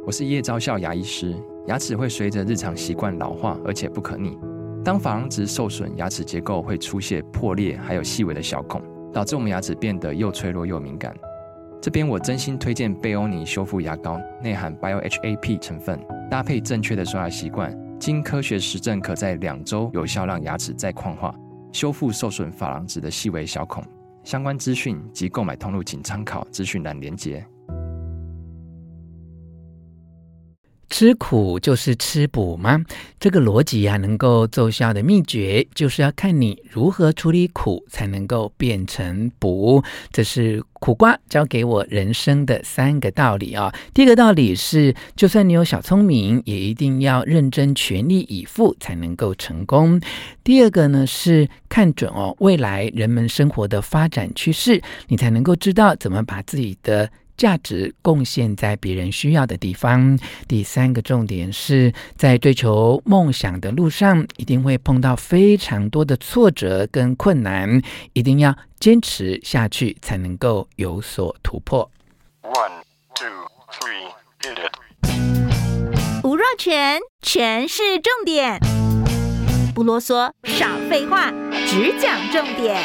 我是叶昭孝牙医师。牙齿会随着日常习惯老化，而且不可逆。当珐琅质受损，牙齿结构会出现破裂，还有细微的小孔，导致我们牙齿变得又脆弱又敏感。这边我真心推荐贝欧尼修复牙膏，内含 BioHAP 成分，搭配正确的刷牙习惯，经科学实证可在2周有效让牙齿再矿化，修复受损珐琅质的细微小孔。相关资讯及购买通路请参考资讯栏连结。 吃苦就是吃补吗？这个逻辑能够奏效的秘诀就是要看你如何处理苦才能够变成补。这是苦瓜教给我人生的3个道理第一个道理是，就算你有小聪明，也一定要认真全力以赴才能够成功。第二个呢是看准未来人们生活的发展趋势，你才能够知道怎么把自己的价值贡献在别人需要的地方。第3个重点是，在追求梦想的路上，一定会碰到非常多的挫折跟困难，一定要坚持下去，才能够有所突破。 1, 2, 3, hit it。 吴若权，全是重点，不啰嗦，少废话，只讲重点。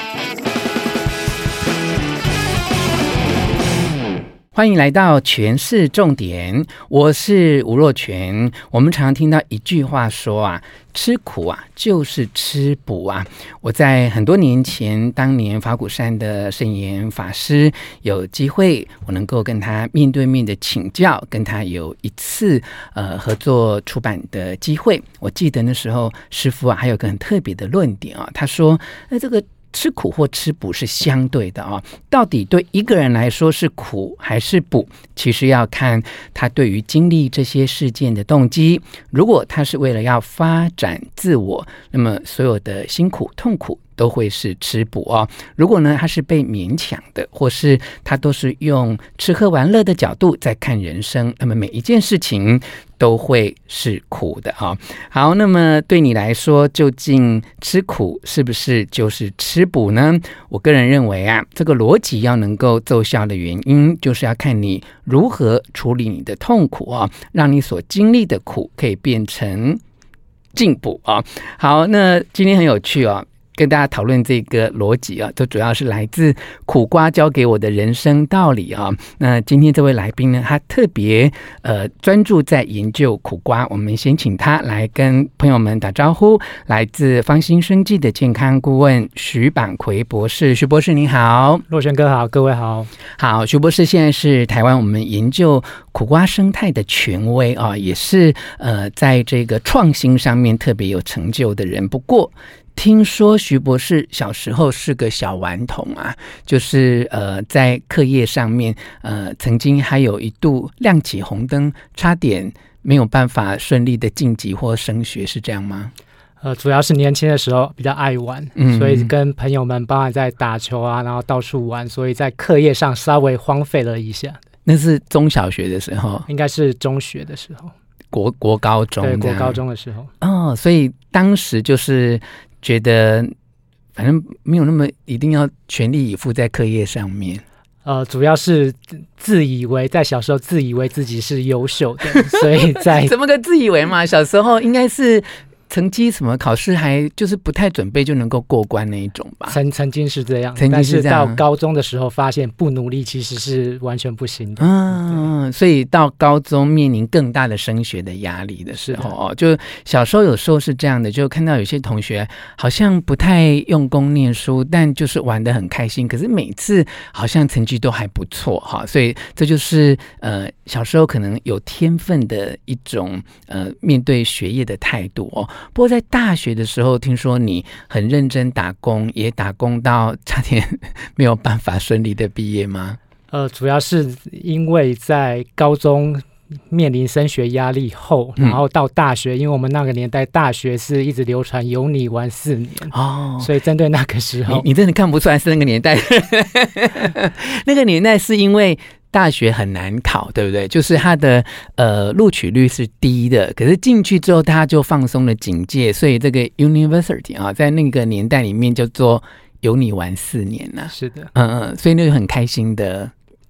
欢迎来到全是重点，我是吴若权。我们常听到一句话说吃苦就是吃补我在很多年前，当年法鼓山的圣严法师有机会，我能够跟他面对面的请教，跟他有一次合作出版的机会。我记得那时候师父还有个很特别的论点他说这个吃苦或吃补是相对的到底对一个人来说是苦还是补，其实要看他对于经历这些事件的动机。如果他是为了要发展自我，那么所有的辛苦痛苦都会是吃补如果呢他是被勉强的，或是他都是用吃喝玩乐的角度在看人生，那么每一件事情都会是苦的好，那么对你来说，究竟吃苦是不是就是吃补呢？我个人认为这个逻辑要能够奏效的原因，就是要看你如何处理你的痛苦让你所经历的苦可以变成进补好，那今天很有趣跟大家讨论这个逻辑都主要是来自苦瓜教给我的人生道理那今天这位来宾呢，他特别专注在研究苦瓜。我们先请他来跟朋友们打招呼。来自方兴生技的健康顾问徐板奎博士。徐博士你好。 若权哥好，各位好。 好，徐博士现在是台湾我们研究苦瓜生态的权威也是在这个创新上面特别有成就的人。不过听说徐博士小时候是个小顽童就是在课业上面曾经还有一度亮起红灯，差点没有办法顺利的晋级或升学，是这样吗？ 主要是年轻的时候比较爱玩，所以跟朋友们包含在打球然后到处玩，所以在课业上稍微荒废了一下。 那是中小学的时候？ 应该是中学的时候， 国高中。 对，国高中的时候。 所以当时就是觉得反正没有那么一定要全力以赴在课业上面。 主要是在小时候自以为自己是优秀的，所以在怎么个自以为嘛？小时候应该是成绩什么考试还就是不太准备就能够过关那一种吧？ 曾经是这样，但是到高中的时候发现不努力其实是完全不行的。 所以到高中面临更大的升学的压力的时候就小时候有时候是这样的，就看到有些同学好像不太用功念书，但就是玩得很开心，可是每次好像成绩都还不错所以这就是小时候可能有天分的一种面对学业的态度不过在大学的时候，听说你很认真打工，也打工到差点没有办法顺利的毕业吗？ 主要是因为在高中面临升学压力后，然后到大学，因为我们那个年代大学是一直流传有你玩4年所以针对那个时候， 你真的看不出来是那个年代那个年代是因为大学很难考，对不对？就是它的录取率是低的，可是进去之后大家就放松了警戒，所以这个 university 在那个年代里面叫做有你玩4年是的， 所以那个很开心的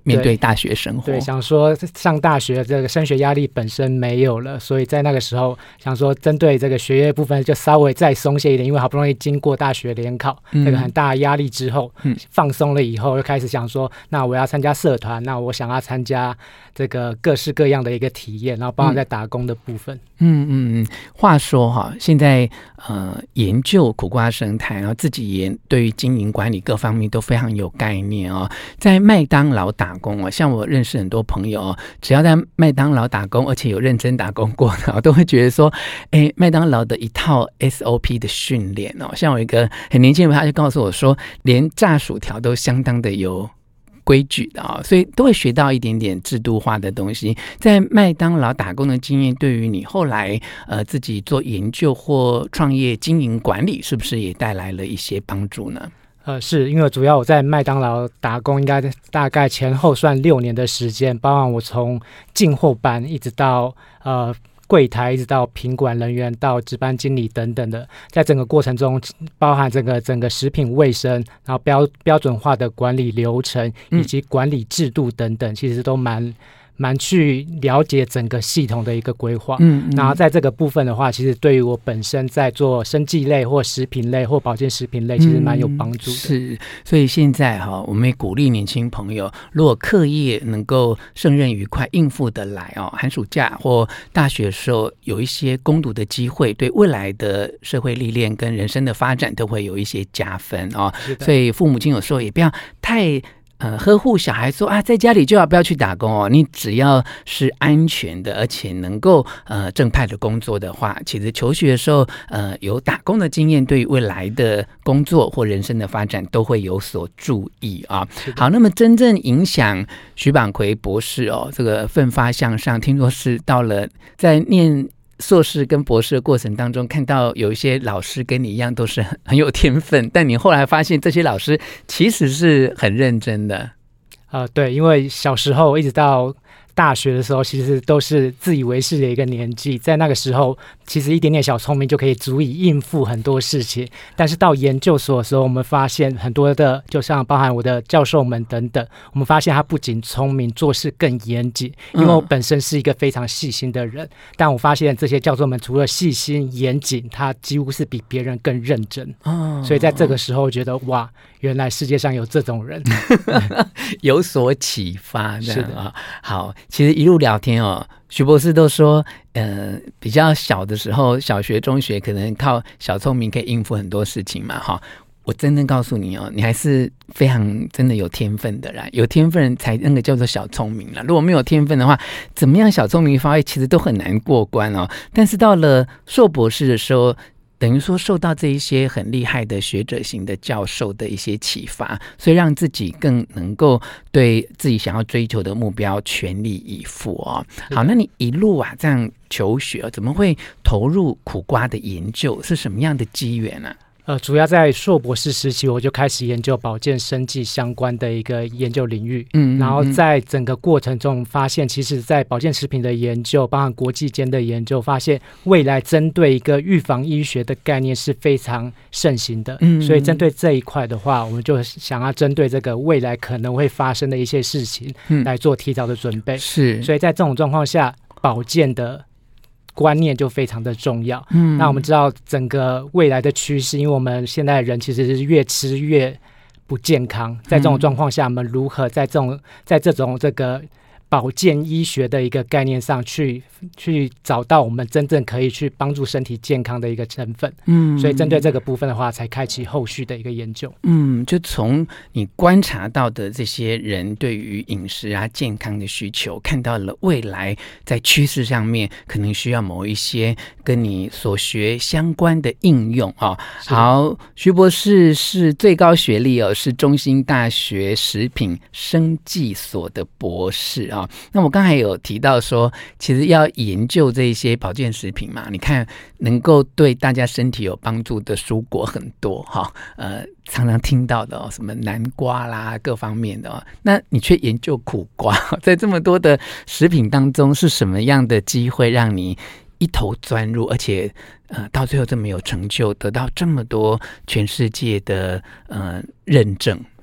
面对大学生活。 对，想说上大学这个升学压力本身没有了，所以在那个时候想说针对这个学业部分就稍微再松懈一点，因为好不容易经过大学联考那个很大的压力之后，放松了以后又开始想说，那我要参加社团，那我想要参加这个各式各样的一个体验，然后包含在打工的部分。 话说哈，现在研究苦瓜生态，然后自己也对于经营管理各方面都非常有概念哦。在麦当劳打工哦，像我认识很多朋友哦，只要在麦当劳打工，而且有认真打工过的，都会觉得说，麦当劳的一套 SOP 的训练哦，像我一个很年轻的他就告诉我说，连炸薯条都相当的有规矩的所以都会学到一点点制度化的东西。在麦当劳打工的经验，对于你后来自己做研究或创业经营管理，是不是也带来了一些帮助呢？ 是因为主要我在麦当劳打工，应该大概前后算6年的时间，包含我从进货班一直到柜台，一直到品管人员，到值班经理等等的，在整个过程中，包含整个食品卫生，然后标准化的管理流程以及管理制度等等，其实都蛮去了解整个系统的一个规划。然后在这个部分的话，其实对于我本身在做生技类或食品类或保健食品类，其实蛮有帮助的。 是，所以现在我们也鼓励年轻朋友，如果课业能够胜任愉快，应付得来寒暑假或大学的时候有一些攻读的机会，对未来的社会历练跟人生的发展都会有一些加分所以父母亲有时候也不要太呵护小孩说在家里就不要去打工你只要是安全的，而且能够正派的工作的话，其实求学的时候有打工的经验，对于未来的工作或人生的发展都会有所注意好，那么真正影响徐榜奎博士这个奋发向上，听说是到了在念硕士跟博士的过程当中，看到有一些老师跟你一样都是很有天分，但你后来发现这些老师其实是很认真的。 对，因为小时候一直到大学的时候，其实都是自以为是的一个年纪，在那个时候其实一点点小聪明就可以足以应付很多事情，但是到研究所的时候，我们发现很多的，就像包含我的教授们等等，我们发现他不仅聪明，做事更严谨。因为我本身是一个非常细心的人，但我发现这些教授们除了细心严谨，他几乎是比别人更认真所以在这个时候觉得哇，原来世界上有这种人有所启发。 是的好，其实一路聊天徐博士都说比较小的时候，小学中学可能靠小聪明可以应付很多事情嘛我真的告诉你你还是非常真的有天分的啦，有天分才那个叫做小聪明啦，如果没有天分的话，怎么样小聪明发挥其实都很难过关但是到了硕博士的时候，等于说受到这一些很厉害的学者型的教授的一些启发，所以让自己更能够对自己想要追求的目标全力以赴好，那你一路这样求学怎么会投入苦瓜的研究？是什么样的机缘呢？ 主要在硕博士时期，我就开始研究保健生技相关的一个研究领域。然后在整个过程中发现，其实在保健食品的研究，包含国际间的研究，发现未来针对一个预防医学的概念是非常盛行的。所以针对这一块的话，我们就想要针对这个未来可能会发生的一些事情来做提早的准备。 是， 所以在这种状况下，保健的观念就非常的重要。那我们知道整个未来的趋势，因为我们现在人其实是越吃越不健康，在这种状况下，我们如何在这种这个保健医学的一个概念上去找到我们真正可以去帮助身体健康的一个成分。所以针对这个部分的话，才开启后续的一个研究。 就从你观察到的这些人对于饮食健康的需求，看到了未来在趋势上面可能需要某一些跟你所学相关的应用好，徐博士是最高学历是中兴大学食品生技所的博士那我刚才有提到说，其实要研究这些保健食品嘛，你看能够对大家身体有帮助的蔬果很多常常听到的什么南瓜啦各方面的那你却研究苦瓜在这么多的食品当中，是什么样的机会让你一头钻入，而且到最后这么有成就，得到这么多全世界的认证？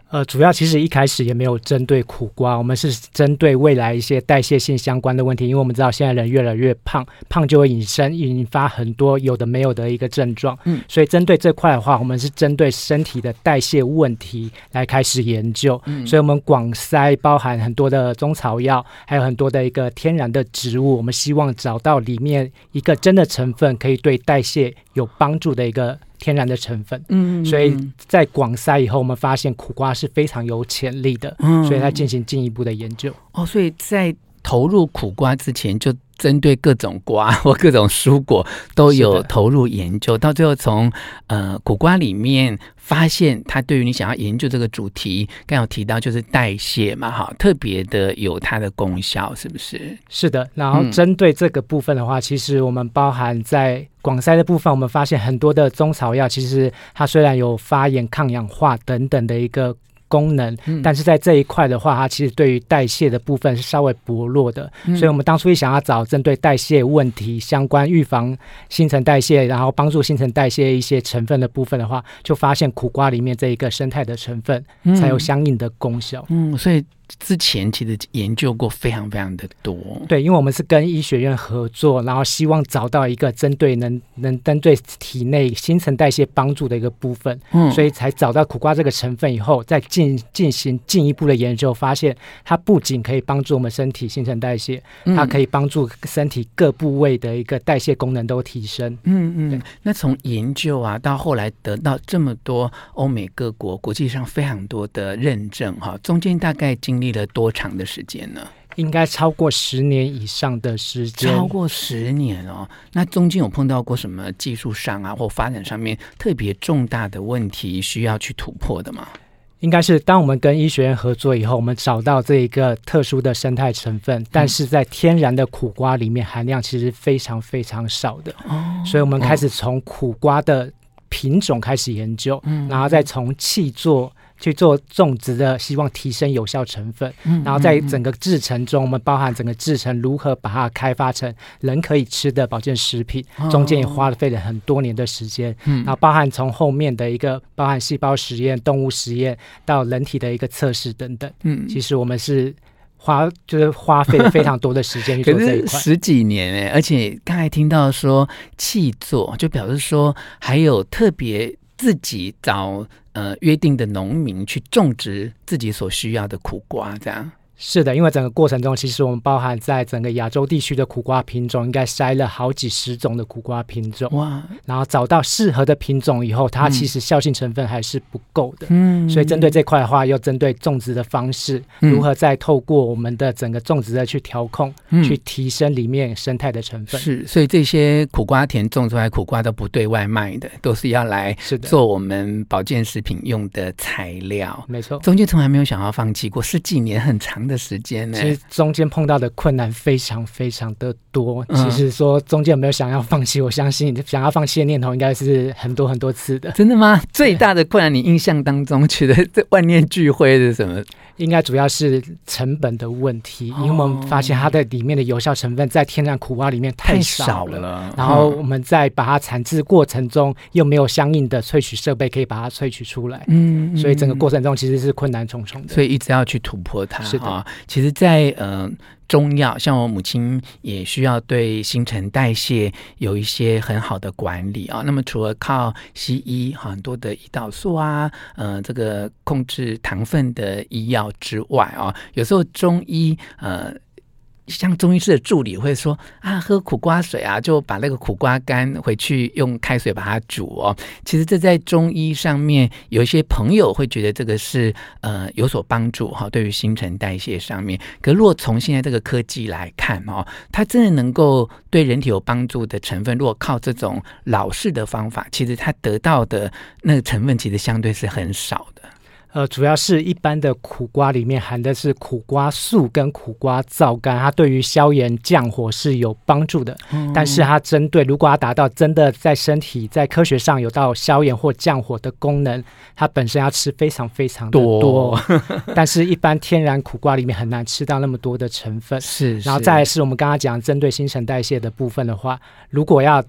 主要其实一开始也没有针对苦瓜，我们是针对未来一些代谢性相关的问题，因为我们知道现在人越来越胖，胖就会引发很多有的没有的一个症状，所以针对这块的话，我们是针对身体的代谢问题来开始研究，所以我们广筛包含很多的中草药，还有很多的一个天然的植物，我们希望找到里面一个真的成分可以对代谢有帮助的一个天然的成分，所以在广筛以后，我们发现苦瓜是非常有潜力的，所以来进行进一步的研究。 所以在投入苦瓜之前，就针对各种瓜或各种蔬果都有投入研究，到最后从苦瓜里面发现它对于你想要研究这个主题，刚有提到就是代谢嘛，哈，特别的有它的功效，是不是？ 是的，然后针对这个部分的话，其实我们包含在广筛的部分，我们发现很多的中草药，其实它虽然有发炎、抗氧化等等的一个功能，但是在这一块的话，它其实对于代谢的部分是稍微薄弱的，所以我们当初想要找针对代谢问题相关、预防新陈代谢，然后帮助新陈代谢一些成分的部分的话，就发现苦瓜里面这一个生态的成分才有相应的功效。 所以之前其实研究过非常非常的多。 对，因为我们是跟医学院合作，然后希望找到一个针对能针对体内新陈代谢帮助的一个部分，所以才找到苦瓜这个成分以后，再进行进一步的研究，发现它不仅可以帮助我们身体新陈代谢，它可以帮助身体各部位的一个代谢功能都提升。 那从研究啊到后来得到这么多欧美各国国际上非常多的认证，中间大概经历了多长的时间呢？ 应该超过10年以上的时间。 超过10年哦。那中间有碰到过什么技术上啊或发展上面特别重大的问题需要去突破的吗？ 应该是当我们跟医学院合作以后，我们找到这一个特殊的生态成分，但是在天然的苦瓜里面含量其实非常非常少的，所以我们开始从苦瓜的品种开始研究，然后再从去做种植的，希望提升有效成分，然后在整个制程中，我们包含整个制程如何把它开发成人可以吃的保健食品，中间也花了费了很多年的时间，然后包含从后面的一个包含细胞实验、动物实验到人体的一个测试等等，其实我们是花费了非常多的时间去做这一块。 可是10几年而且刚才听到说契作，就表示说还有特别自己找约定的农民去种植自己所需要的苦瓜，这样。 是的，因为整个过程中，其实我们包含在整个亚洲地区的苦瓜品种，应该筛了好几十种的苦瓜品种，哇！然后找到适合的品种以后，它其实效性成分还是不够的，所以针对这块的话，要针对种植的方式，如何再透过我们的整个种植的去调控，去提升里面生态的成分。 是，所以这些苦瓜田种出来苦瓜都不对外卖的，都是要来做我们保健食品用的材料。 没错， 中间从来没有想要放弃过，10几年很长的时间呢。 其实中间碰到的困难非常非常的多，其实说中间有没有想要放弃，我相信想要放弃的念头应该是很多很多次的。 真的吗？最大的困难你印象当中觉得这万念俱灰是什么？ 应该主要是成本的问题，因为我们发现它的里面的有效成分在天然苦瓜里面太少了，然后我们在把它产制过程中又没有相应的萃取设备可以把它萃取出来，所以整个过程中其实是困难重重的， 所以一直要去突破它。 是的， 其实在中药，像我母亲也需要对新陈代谢有一些很好的管理啊。那么除了靠西医很多的胰岛素啊，这个控制糖分的医药之外啊，有时候中医像中医师的助理会说啊，喝苦瓜水啊，就把那个苦瓜干回去用开水把它煮哦。其实这在中医上面有一些朋友会觉得这个是有所帮助哈，对于新陈代谢上面。可如果从现在这个科技来看哦，它真的能够对人体有帮助的成分，如果靠这种老式的方法，其实它得到的那个成分其实相对是很少的。 主要是一般的苦瓜里面含的是苦瓜素跟苦瓜皂苷，它对于消炎降火是有帮助的，但是它针对如果它达到真的在身体在科学上有到消炎或降火的功能，它本身要吃非常非常的多但是一般天然苦瓜里面很难吃到那么多的成分， 是。 然后再来是我们刚刚讲针对新陈代谢的部分的话，如果要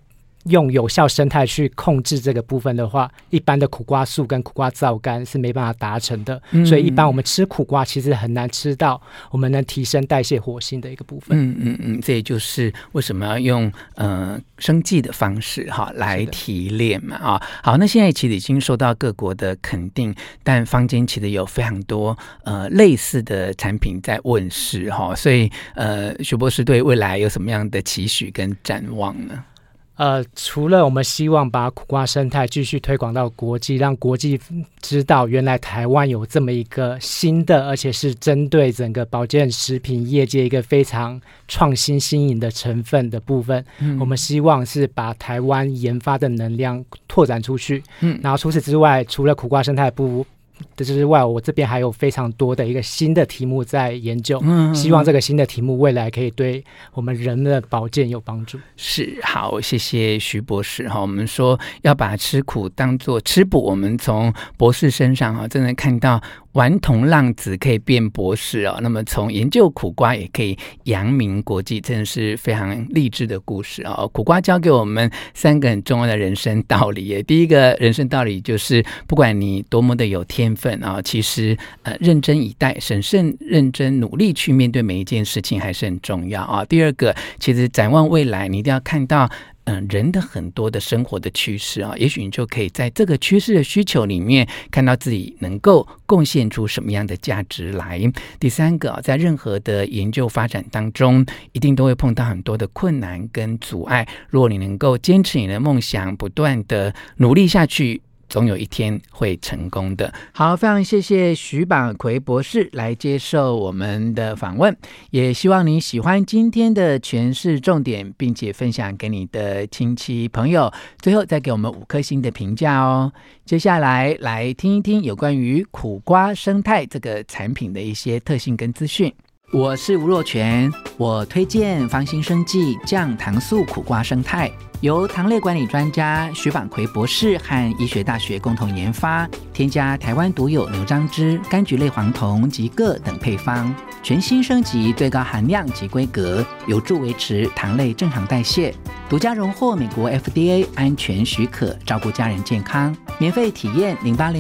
用有效生态去控制这个部分的话，一般的苦瓜素跟苦瓜皂苷是没办法达成的，所以一般我们吃苦瓜其实很难吃到我们能提升代谢活性的一个部分。 这也就是为什么要用生技的方式来提炼嘛好，那现在其实已经受到各国的肯定，但坊间其实有非常多类似的产品在问世所以徐博士对未来有什么样的期许跟展望呢？ 除了我们希望把苦瓜生态继续推广到国际，让国际知道原来台湾有这么一个新的，而且是针对整个保健食品业界一个非常创新新颖的成分的部分，我们希望是把台湾研发的能量拓展出去。然后除此之外，除了苦瓜生态之外，我这边还有非常多的一个新的题目在研究，希望这个新的题目未来可以对我们人的保健有帮助。 是，好，谢谢徐博士我们说要把吃苦当作吃补，我们从博士身上真的看到顽童浪子可以变博士那么从研究苦瓜也可以扬名国际，真的是非常励志的故事苦瓜教给我们3个很重要的人生道理第一个人生道理就是不管你多么的有天分其实认真以待，审慎认真努力去面对每一件事情还是很重要第二个，其实展望未来你一定要看到人的很多的生活的趋势也许你就可以在这个趋势的需求里面看到自己能够贡献出什么样的价值来。第三个，在任何的研究发展当中一定都会碰到很多的困难跟阻碍，如果你能够坚持你的梦想，不断的努力下去，总有一天会成功的。好，非常谢谢徐榜奎博士来接受我们的访问，也希望你喜欢今天的诠释重点，并且分享给你的亲戚朋友，最后再给我们5颗星的评价接下来来听一听有关于苦瓜生态这个产品的一些特性跟资讯。我是吴若权，我推荐芳兴生技降糖素苦瓜生态，由糖类管理专家徐榜奎博士和医学大学共同研发，添加台湾独有牛樟芝、柑橘类黄酮及铬等配方，全新升级最高含量及规格，有助维持糖类正常代谢，独家荣获美国 FDA 安全许可，照顾家人健康。免费体验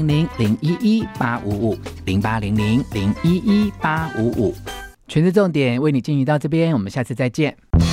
0800-011-855 0800-011-855。全是重点为你进行到这边，我们下次再见。